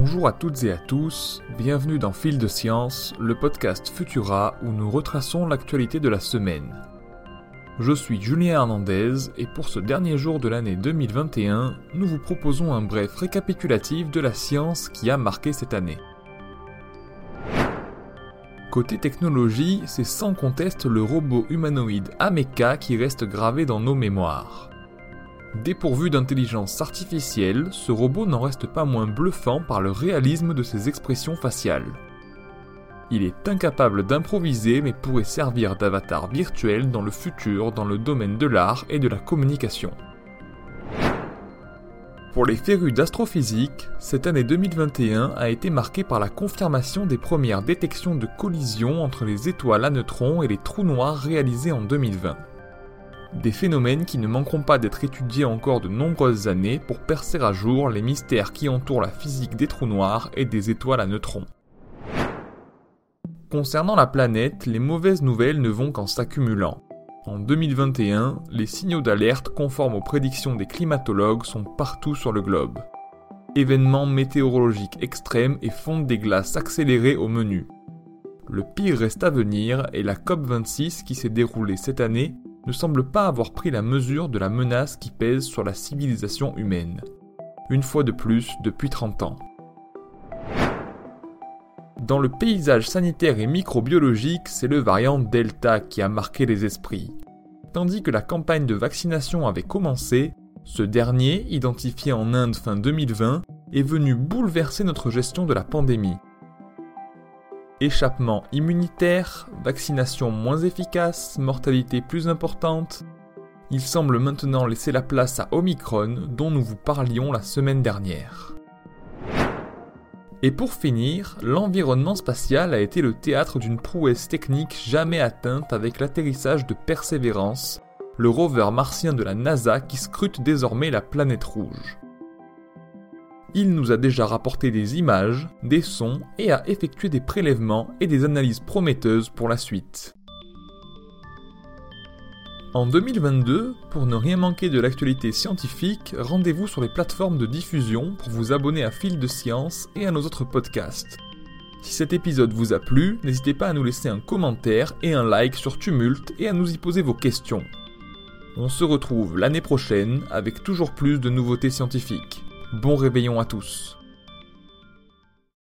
Bonjour à toutes et à tous, bienvenue dans Fil de Science, le podcast Futura où nous retraçons l'actualité de la semaine. Je suis Julien Hernandez et pour ce dernier jour de l'année 2021, nous vous proposons un bref récapitulatif de la science qui a marqué cette année. Côté technologie, c'est sans conteste le robot humanoïde Ameca qui reste gravé dans nos mémoires. Dépourvu d'intelligence artificielle, ce robot n'en reste pas moins bluffant par le réalisme de ses expressions faciales. Il est incapable d'improviser mais pourrait servir d'avatar virtuel dans le futur dans le domaine de l'art et de la communication. Pour les férus d'astrophysique, cette année 2021 a été marquée par la confirmation des premières détections de collisions entre les étoiles à neutrons et les trous noirs réalisées en 2020. Des phénomènes qui ne manqueront pas d'être étudiés encore de nombreuses années pour percer à jour les mystères qui entourent la physique des trous noirs et des étoiles à neutrons. Concernant la planète, les mauvaises nouvelles ne vont qu'en s'accumulant. En 2021, les signaux d'alerte conformes aux prédictions des climatologues sont partout sur le globe. Événements météorologiques extrêmes et fonte des glaces accélérées au menu. Le pire reste à venir et la COP26 qui s'est déroulée cette année ne semble pas avoir pris la mesure de la menace qui pèse sur la civilisation humaine. Une fois de plus depuis 30 ans. Dans le paysage sanitaire et microbiologique, c'est le variant Delta qui a marqué les esprits. Tandis que la campagne de vaccination avait commencé, ce dernier, identifié en Inde fin 2020, est venu bouleverser notre gestion de la pandémie. Échappement immunitaire, vaccination moins efficace, mortalité plus importante. Il semble maintenant laisser la place à Omicron, dont nous vous parlions la semaine dernière. Et pour finir, l'environnement spatial a été le théâtre d'une prouesse technique jamais atteinte avec l'atterrissage de Perseverance, le rover martien de la NASA qui scrute désormais la planète rouge. Il nous a déjà rapporté des images, des sons et a effectué des prélèvements et des analyses prometteuses pour la suite. En 2022, pour ne rien manquer de l'actualité scientifique, rendez-vous sur les plateformes de diffusion pour vous abonner à Fil de Science et à nos autres podcasts. Si cet épisode vous a plu, n'hésitez pas à nous laisser un commentaire et un like sur Tumult et à nous y poser vos questions. On se retrouve l'année prochaine avec toujours plus de nouveautés scientifiques. Bon réveillon à tous.